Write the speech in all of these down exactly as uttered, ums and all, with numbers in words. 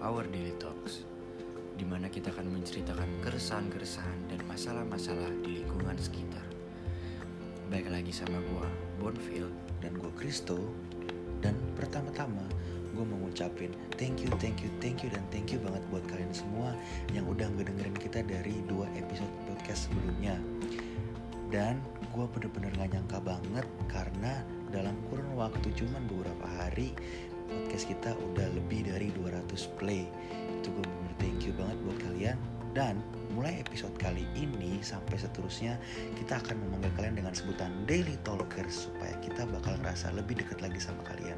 Our Daily Talks, di mana kita akan menceritakan keresahan-keresahan dan masalah-masalah di lingkungan sekitar. Baik lagi sama gue, Bonfil, dan gue Kristo. Dan pertama-tama gue mau ngucapin thank you, thank you, thank you, dan thank you banget buat kalian semua yang udah ngedengerin kita dari dua episode podcast sebelumnya. Dan gue bener-bener gak nyangka banget karena dalam kurun waktu cuman beberapa hari podcast kita udah lebih dari dua ratus play. Itu gue bener-bener thank you banget buat kalian. Dan mulai episode kali ini sampai seterusnya kita akan memanggil kalian dengan sebutan Daily Talkers, supaya kita bakal ngerasa lebih dekat lagi sama kalian.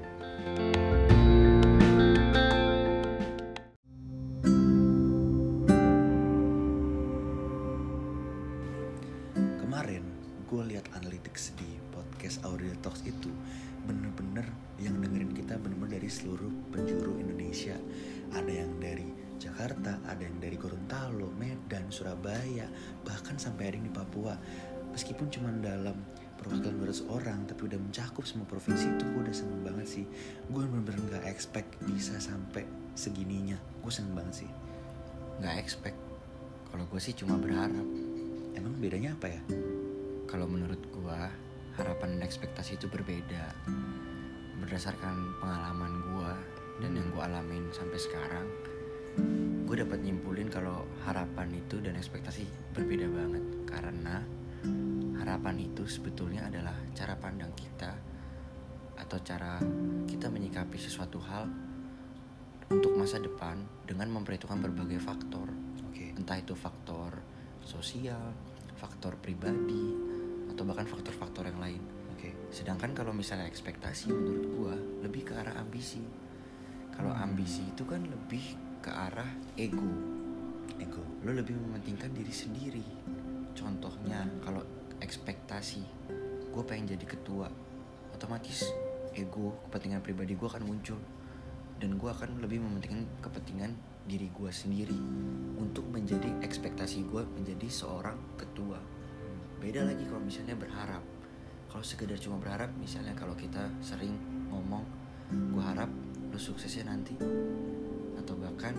Kemarin gue lihat analytics di podcast Our Daily Talks itu, bener-bener yang dengerin kita bener-bener dari seluruh penjuru Indonesia. Ada yang dari Jakarta, ada yang dari Gorontalo, Medan, Surabaya, bahkan sampai ada yang di Papua. Meskipun cuma dalam perwakilan dua ratus orang, tapi udah mencakup semua provinsi, itu gue udah seneng banget sih. Gue bener-bener gak expect bisa sampai segininya. Gue seneng banget sih. gak expect. Kalau gue sih cuma berharap. Emang bedanya apa ya? Kalau menurut gue, harapan dan ekspektasi itu berbeda. Berdasarkan pengalaman gue dan yang gue alamin sampai sekarang, gue dapat nyimpulin kalau harapan itu dan ekspektasi berbeda banget. Karena harapan itu sebetulnya adalah cara pandang kita atau cara kita menyikapi sesuatu hal untuk masa depan dengan memperhitungkan berbagai faktor. Oke. Entah itu faktor sosial, faktor pribadi, atau bahkan faktor-faktor yang lain. Oke. Sedangkan kalau misalnya ekspektasi, menurut gue lebih ke arah ambisi. Kalau ambisi itu kan lebih ke arah ego. Ego. Lo lebih mementingkan diri sendiri. Contohnya kalau ekspektasi, gue pengen jadi ketua, otomatis ego, kepentingan pribadi gue akan muncul, dan gue akan lebih mementingkan kepentingan diri gue sendiri untuk menjadi ekspektasi gue menjadi seorang ketua. Beda lagi kalau misalnya berharap. Kalau sekedar cuma berharap, misalnya kalau kita sering ngomong, gue harap lu suksesnya nanti, atau bahkan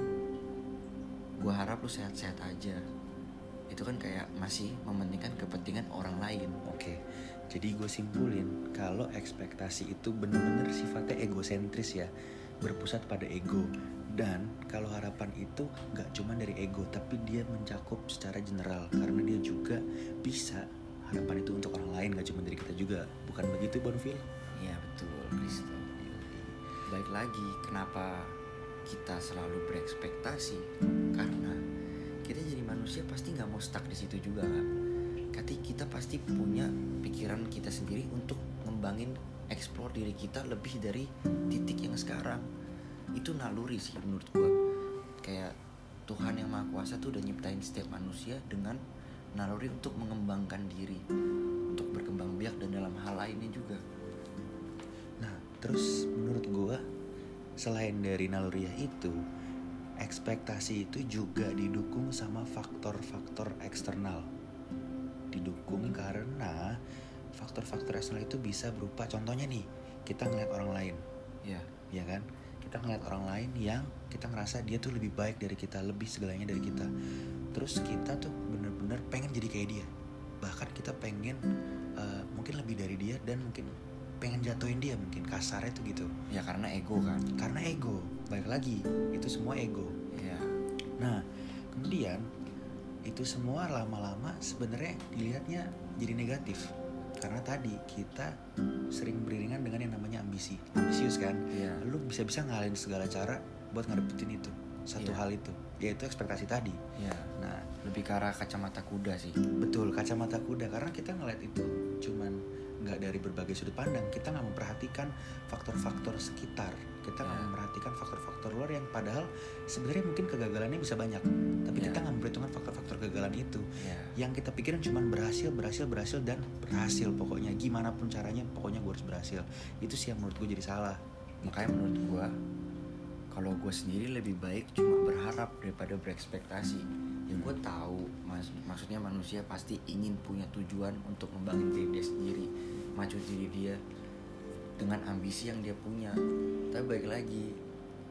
gue harap lu sehat-sehat aja, itu kan kayak masih mementingkan kepentingan orang lain. Oke, jadi gue simpulin kalau ekspektasi itu benar-benar sifatnya egosentris ya, berpusat pada ego. Dan kalau harapan itu gak cuma dari ego, tapi dia mencakup secara general, karena dia juga bisa harapan itu untuk orang lain, gak cuma dari kita juga. Bukan begitu, Bonfil? Iya betul, Kristo. Baik lagi, kenapa kita selalu berekspektasi? Karena kita jadi manusia pasti nggak mau stuck di situ juga, kan? Kati kita pasti punya pikiran kita sendiri untuk ngembangin, explore diri kita lebih dari titik yang sekarang. Itu naluri sih menurut gua. Kayak Tuhan yang Maha Kuasa tuh udah nyiptain setiap manusia dengan naluri untuk mengembangkan diri, untuk berkembang biak dan dalam hal lainnya juga. Nah, terus menurut gue, selain dari naluriah itu, ekspektasi itu juga didukung sama faktor-faktor eksternal. Didukung karena faktor-faktor eksternal itu bisa berupa, contohnya nih, kita ngeliat orang lain. Ya, ya kan? Kita ngeliat orang lain yang kita ngerasa dia tuh lebih baik dari kita, lebih segalanya dari kita. Terus kita tuh bener-bener pengen jadi kayak dia. Bahkan kita pengen uh, mungkin lebih dari dia, dan mungkin pengen jatuhin dia, mungkin kasarnya tuh gitu. ya karena ego kan. Karena ego, balik lagi, itu semua ego. Ya. Nah, kemudian itu semua lama-lama sebenarnya dilihatnya jadi negatif. Karena tadi kita sering beriringan dengan yang namanya ambisi. Ambisius kan? Iya. Lu bisa-bisa ngalahin segala cara buat ngedapetin itu, satu Iya. hal itu, yaitu ekspektasi tadi. Ya. Nah, Lebih ke arah kacamata kuda sih. betul, kacamata kuda. Karena kita ngeliat itu cuman gak dari berbagai sudut pandang. Kita gak memperhatikan faktor-faktor sekitar. Kita gak Ya. memperhatikan faktor-faktor luar yang padahal sebenarnya mungkin kegagalannya bisa banyak, tapi Ya. kita gak memperhitungkan faktor-faktor kegagalan itu. Ya. Yang kita pikirin cuman berhasil, berhasil, berhasil, dan berhasil. Pokoknya gimana pun caranya, pokoknya gue harus berhasil. Itu sih yang menurut gue jadi salah. Makanya menurut gue, kalau gue sendiri lebih baik cuma berharap daripada berekspektasi. Ya gue tahu, mas, maksudnya manusia pasti ingin punya tujuan untuk membangun diri dia sendiri, maju diri dia dengan ambisi yang dia punya. Tapi balik lagi,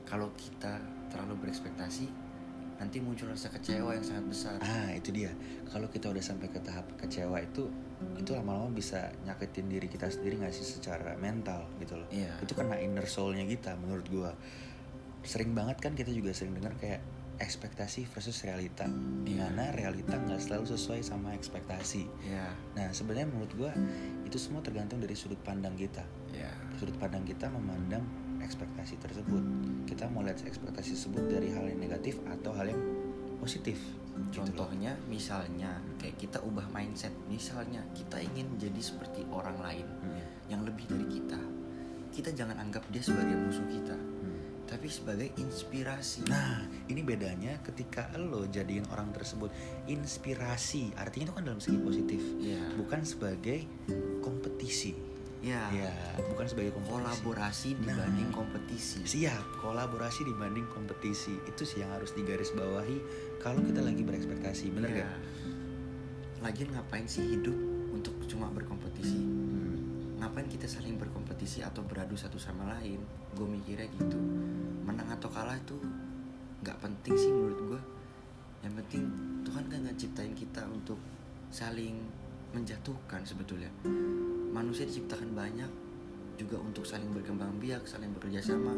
kalau kita terlalu berekspektasi, nanti muncul rasa kecewa yang sangat besar. Ah itu dia, kalau kita udah sampai ke tahap kecewa itu itu lama-lama bisa nyakitin diri kita sendiri nggak sih secara mental gitu loh. Iya. Itu kena inner soul-nya kita menurut gua. Sering banget kan kita juga sering dengar kayak ekspektasi versus realita, dimana realita nggak selalu sesuai sama ekspektasi. Iya. Nah sebenarnya menurut gue itu semua tergantung dari sudut pandang kita. Iya. Sudut pandang kita memandang ekspektasi tersebut. Kita mau lihat ekspektasi tersebut dari hal yang negatif atau hal yang positif. Contohnya gitu misalnya kayak kita ubah mindset. Misalnya kita ingin jadi seperti orang lain hmm. yang lebih dari kita. Kita jangan anggap dia sebagai musuh kita, hmm. tapi sebagai inspirasi. Nah, ini bedanya ketika lo jadiin orang tersebut inspirasi, artinya itu kan dalam segi positif, yeah. bukan sebagai kompetisi. Ya, yeah. bukan sebagai kompetisi. Kolaborasi dibanding nah, kompetisi. Siap, kolaborasi dibanding kompetisi. Itu sih yang harus digarisbawahi kalau kita lagi berekspektasi, bener yeah. gak? Lagian ngapain sih hidup untuk cuma berkompetisi? Hmm. Ngapain kita saling berkompetisi atau beradu satu sama lain? Gue mikirnya gitu. Menang atau kalah itu gak penting sih menurut gue. Yang penting Tuhan kan gak ciptain kita untuk saling menjatuhkan sebetulnya. Manusia diciptakan banyak juga untuk saling berkembang biak, saling bekerja sama,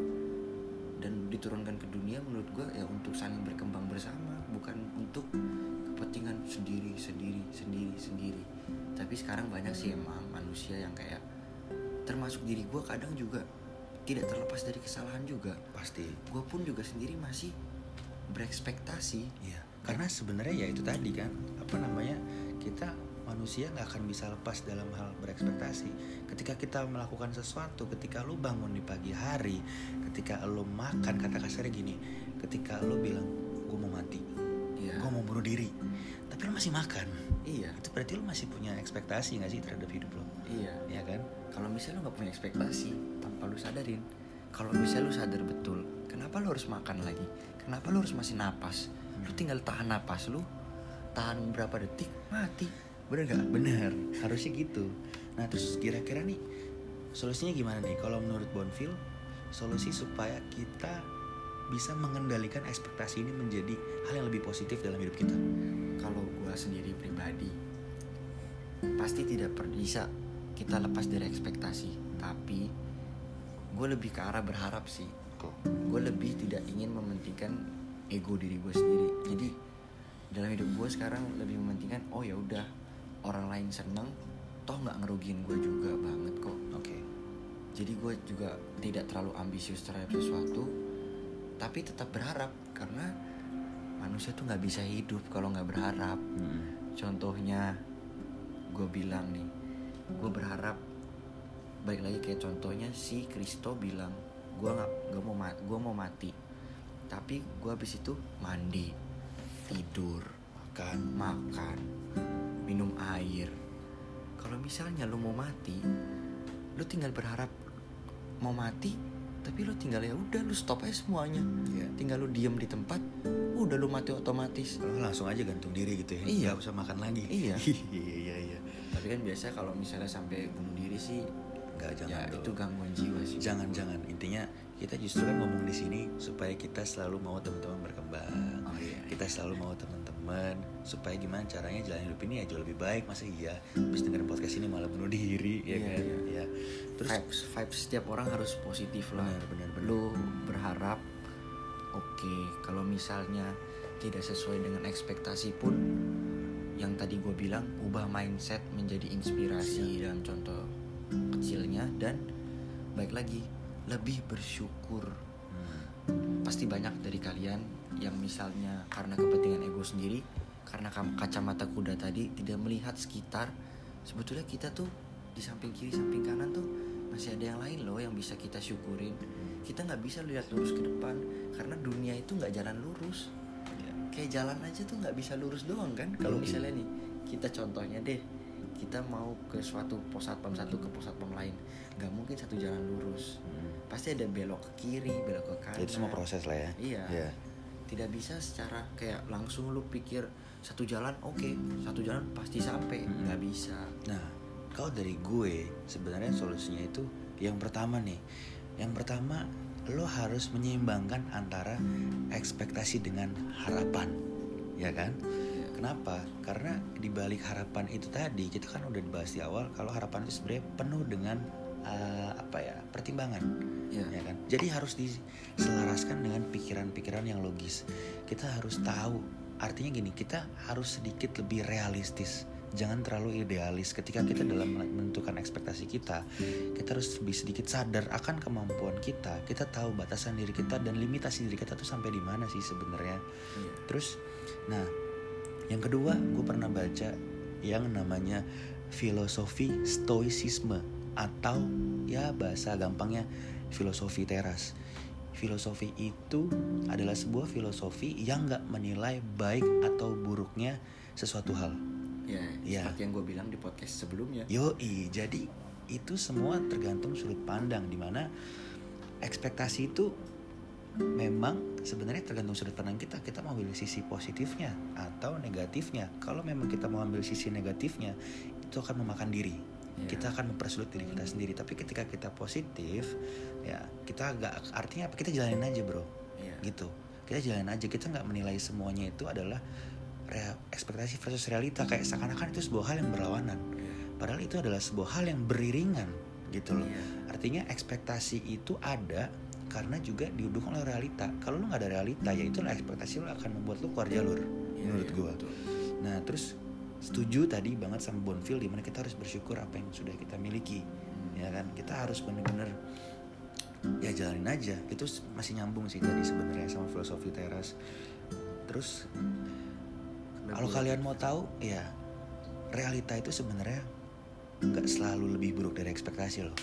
dan diturunkan ke dunia menurut gue ya untuk saling berkembang bersama, bukan untuk kepentingan sendiri sendiri sendiri sendiri. Tapi sekarang banyak sih emang manusia yang kayak, termasuk diri gue kadang juga tidak terlepas dari kesalahan juga. Pasti. Gue pun juga sendiri masih berekspektasi. Iya. Karena sebenarnya ya itu tadi kan, apa namanya, kita manusia nggak akan bisa lepas dalam hal berekspektasi. Ketika kita melakukan sesuatu, ketika lu bangun di pagi hari, ketika lu makan, kata kasarnya gini, ketika lu bilang gue mau mati, iya. gue mau bunuh diri, tapi lu masih makan, iya. itu berarti lu masih punya ekspektasi nggak sih terhadap hidup lu? Iya. Iya kan? Kalau misalnya lu nggak punya ekspektasi, tanpa lu sadarin, kalau misalnya lu sadar betul, kenapa lu harus makan lagi? Kenapa lu harus masih napas? Lu tinggal tahan napas lu, tahan berapa detik, mati. Bener gak? Bener, harusnya gitu. Nah terus kira-kira nih solusinya gimana nih? Kalau menurut Bonfil, solusi supaya kita bisa mengendalikan ekspektasi ini menjadi hal yang lebih positif dalam hidup kita. Kalau gue sendiri pribadi, pasti tidak bisa kita lepas dari ekspektasi. Tapi gue lebih ke arah berharap sih. Gue lebih tidak ingin mementingkan ego diri gue sendiri. Jadi dalam hidup gue sekarang lebih mementingkan, oh ya udah, orang lain seneng, toh nggak ngerugiin gue juga banget kok. Oke. Okay. Jadi gue juga tidak terlalu ambisius terhadap sesuatu, tapi tetap berharap, karena manusia tuh nggak bisa hidup kalau nggak berharap. Hmm. Contohnya, gue bilang nih, gue berharap, balik lagi kayak contohnya si Kristo bilang, gue nggak, gue mau mati, gue mau mati, tapi gue habis itu mandi, tidur, makan, makan. minum air. Kalau misalnya lu mau mati, lu tinggal berharap mau mati, tapi lu tinggal ya udah lu stop aja semuanya. Yeah. Tinggal lu diem di tempat, udah lu mati otomatis. Lu langsung aja gantung diri gitu ya. Iya. Gak usah makan lagi. Iya. Iya iya. Tapi kan biasa kalau misalnya sampai bunuh diri sih, nggak, jangan. Ya itu gangguan jiwa sih. Jangan jangan. Intinya kita justru kan ngomong di sini supaya kita selalu mau teman-teman berkembang. Oh, iya. Kita selalu mau teman-teman supaya gimana caranya jalan hidup ini ya jauh lebih baik. Masa iya habis dengerin podcast ini malah bunuh diri, ya iya, kan? Iya. Ya. Terus vibes, vibes setiap orang harus positif lah. Benar benar benar. Lu berharap, oke, okay, kalau misalnya tidak sesuai dengan ekspektasi pun, yang tadi gue bilang, ubah mindset menjadi inspirasi. Siap. Dalam contoh kecilnya, dan baik lagi lebih bersyukur. hmm. Pasti banyak dari kalian yang misalnya karena kepentingan ego sendiri, karena kacamata kuda tadi, tidak melihat sekitar. Sebetulnya kita tuh di samping kiri samping kanan tuh masih ada yang lain loh yang bisa kita syukurin. Kita gak bisa lihat lurus ke depan, karena dunia itu gak jalan lurus. Kayak jalan aja tuh gak bisa lurus doang kan. Kalau misalnya nih, kita contohnya deh, kita mau ke suatu pos satpam satu ke pos satpam lain, gak mungkin satu jalan lurus. hmm. Pasti ada belok ke kiri, belok ke kanan. Itu semua proses lah ya. Iya. yeah. Tidak bisa secara kayak langsung lu pikir satu jalan oke, okay, satu jalan pasti sampai. hmm. Gak bisa. Nah, kalau dari gue sebenarnya solusinya itu yang pertama nih. Yang pertama, lo harus menyeimbangkan antara ekspektasi dengan harapan, ya kan? Kenapa? Karena di balik harapan itu tadi kita kan udah dibahas di awal kalau harapan itu sebenarnya penuh dengan uh, apa ya pertimbangan, ya. ya kan? Jadi harus diselaraskan dengan pikiran-pikiran yang logis. Kita harus tahu, artinya gini, kita harus sedikit lebih realistis. Jangan terlalu idealis. Ketika kita dalam menentukan ekspektasi kita, kita harus lebih sedikit sadar akan kemampuan kita. Kita tahu batasan diri kita dan limitasi diri kita tuh sampai di mana sih sebenarnya. Ya. Terus, nah, yang kedua, gue pernah baca yang namanya filosofi stoicisme atau ya bahasa gampangnya filosofi teras. Filosofi itu adalah sebuah filosofi yang gak menilai baik atau buruknya sesuatu hal. Ya, ya. Seperti yang gue bilang di podcast sebelumnya. Yoi, jadi itu semua tergantung sudut pandang, dimana ekspektasi itu memang sebenarnya tergantung sudut pandang kita. Kita mau ambil sisi positifnya atau negatifnya. Kalau memang kita mau ambil sisi negatifnya, itu akan memakan diri. Yeah. Kita akan mempersulit diri kita sendiri. Tapi ketika kita positif, ya kita agak artinya apa? Kita jalanin aja, bro. Yeah. Gitu. Kita jalanin aja. Kita nggak menilai semuanya itu adalah real, ekspektasi versus realita. Kayak seakan-akan itu sebuah hal yang berlawanan. Yeah. Padahal itu adalah sebuah hal yang beriringan, gitu loh. Yeah. Artinya ekspektasi itu ada karena juga didukung oleh realita. Kalau lu nggak ada realita, ya itulah ekspektasi lu akan membuat lu keluar jalur, ya, menurut ya, gue. Nah, terus setuju tadi banget sama Bonfil, dimana kita harus bersyukur apa yang sudah kita miliki, hmm. ya kan? Kita harus benar-benar ya jalanin aja. Itu masih nyambung sih tadi sebenarnya sama filosofi teras. Terus kalau kalian mau tahu, ya realita itu sebenarnya nggak selalu lebih buruk dari ekspektasi loh.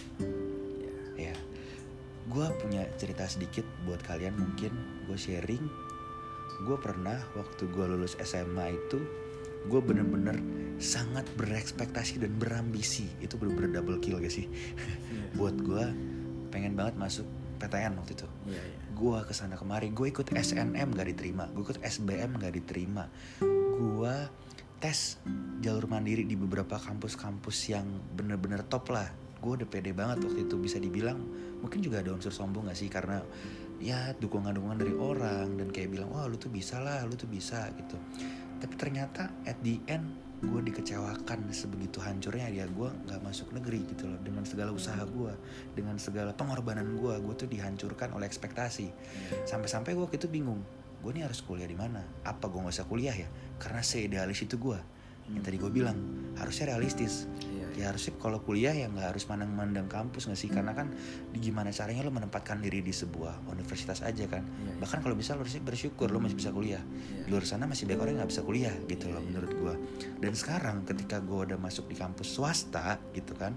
Ya. ya. Gue punya cerita sedikit buat kalian, mungkin gue sharing. Gue pernah waktu gue lulus S M A itu, gue bener-bener sangat berekspektasi dan berambisi. Itu bener-bener double kill gak sih? Yeah. Buat gue pengen banget masuk P T N waktu itu. Yeah, yeah. Gue kesana kemari, gue ikut S N M gak diterima, gue ikut S B M gak diterima. Gue tes jalur mandiri di beberapa kampus-kampus yang bener-bener top lah. Gue udah pede banget waktu itu, bisa dibilang mungkin juga ada unsur sombong gak sih, karena ya dukungan-dukungan dari orang dan kayak bilang, wah lu tuh bisa lah, lu tuh bisa gitu. Tapi ternyata at the end gue dikecewakan sebegitu hancurnya. Ya gue gak masuk negeri gitu loh. Dengan segala usaha gue, dengan segala pengorbanan gue, gue tuh dihancurkan oleh ekspektasi. Sampai-sampai gue waktu itu bingung, gue nih harus kuliah di mana? Apa gue gak usah kuliah ya? Karena seidealis itu gue. Yang tadi gue bilang harusnya realistis. Iya, iya. Ya harusnya kalau kuliah ya nggak harus mandang-mandang kampus nggak sih, karena kan di gimana caranya lo menempatkan diri di sebuah universitas aja kan. Iya, iya. Bahkan kalau bisa lo harus bersyukur lo masih bisa kuliah. Iya. Di luar sana masih banyak orang yang nggak bisa kuliah gitu, iya, loh, iya. Menurut gue. Dan sekarang ketika gue udah masuk di kampus swasta gitu kan,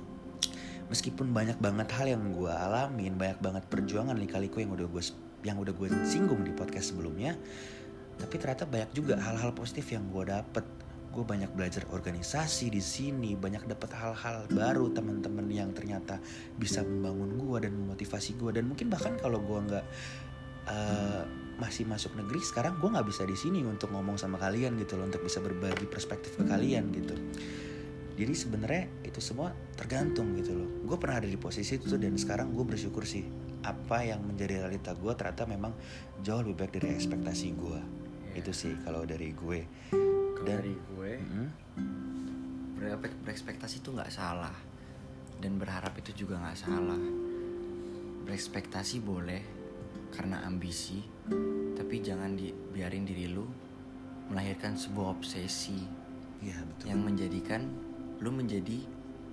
meskipun banyak banget hal yang gue alamin, banyak banget perjuangan lika-liku yang udah gue yang udah gue singgung di podcast sebelumnya, tapi ternyata banyak juga hal-hal positif yang gue dapet. Gue banyak belajar organisasi di sini, banyak dapat hal-hal baru, teman-teman yang ternyata bisa membangun gue dan memotivasi gue. Dan mungkin bahkan kalau gue nggak uh, masih masuk negeri, sekarang gue nggak bisa di sini untuk ngomong sama kalian gitu loh, untuk bisa berbagi perspektif ke kalian gitu. Jadi sebenarnya itu semua tergantung gitu loh. Gue pernah ada di posisi itu dan sekarang gue bersyukur sih, apa yang menjadi realita gue ternyata memang jauh lebih baik dari ekspektasi gue. Yeah. Itu sih kalau dari gue. Kalau dari gue, mm-hmm. berekspektasi itu nggak salah dan berharap itu juga nggak salah. Berekspektasi boleh karena ambisi, tapi jangan dibiarin diri lu melahirkan sebuah obsesi, ya, betul. Yang menjadikan lu menjadi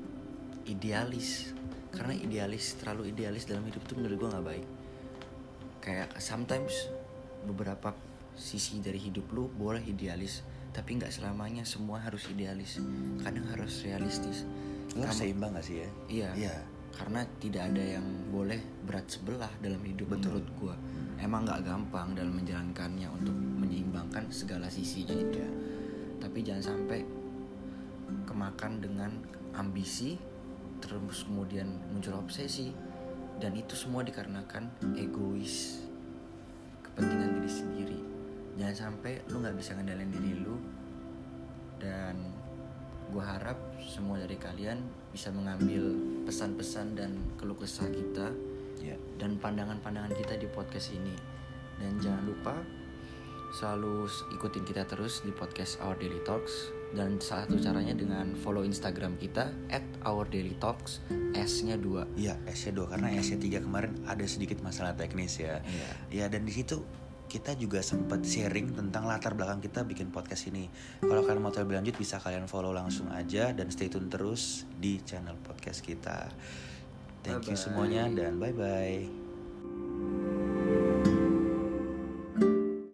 idealis. Karena idealis, terlalu idealis dalam hidup itu menurut gue nggak baik. Kayak sometimes beberapa sisi dari hidup lu boleh idealis, tapi nggak selamanya semua harus idealis. Kadang harus realistis. Lu harus seimbang nggak sih ya? Iya. Iya. Karena tidak ada yang boleh berat sebelah dalam hidup. Betul. Menurut gue. Emang nggak gampang dalam menjalankannya untuk menyeimbangkan segala sisinya itu. Ya. Tapi jangan sampai kemakan dengan ambisi, terus kemudian muncul obsesi, dan itu semua dikarenakan egois, kepentingan diri sendiri. Jangan sampai lu gak bisa ngendalin diri lu. Dan gue harap semua dari kalian bisa mengambil pesan-pesan dan keluh kesah kita yeah. dan pandangan-pandangan kita di podcast ini. Dan jangan lupa selalu ikutin kita terus di podcast Our Daily Talks. Dan salah satu caranya dengan follow Instagram kita at Our Daily Talks, S-nya dua. Iya, S-nya dua karena S-nya tiga kemarin ada sedikit masalah teknis ya. Iya. Ya, dan di situ kita juga sempat sharing tentang latar belakang kita bikin podcast ini. Kalau kalian mau tahu lebih lanjut bisa kalian follow langsung aja dan stay tune terus di channel podcast kita. Thank you Bye-bye. semuanya dan bye bye.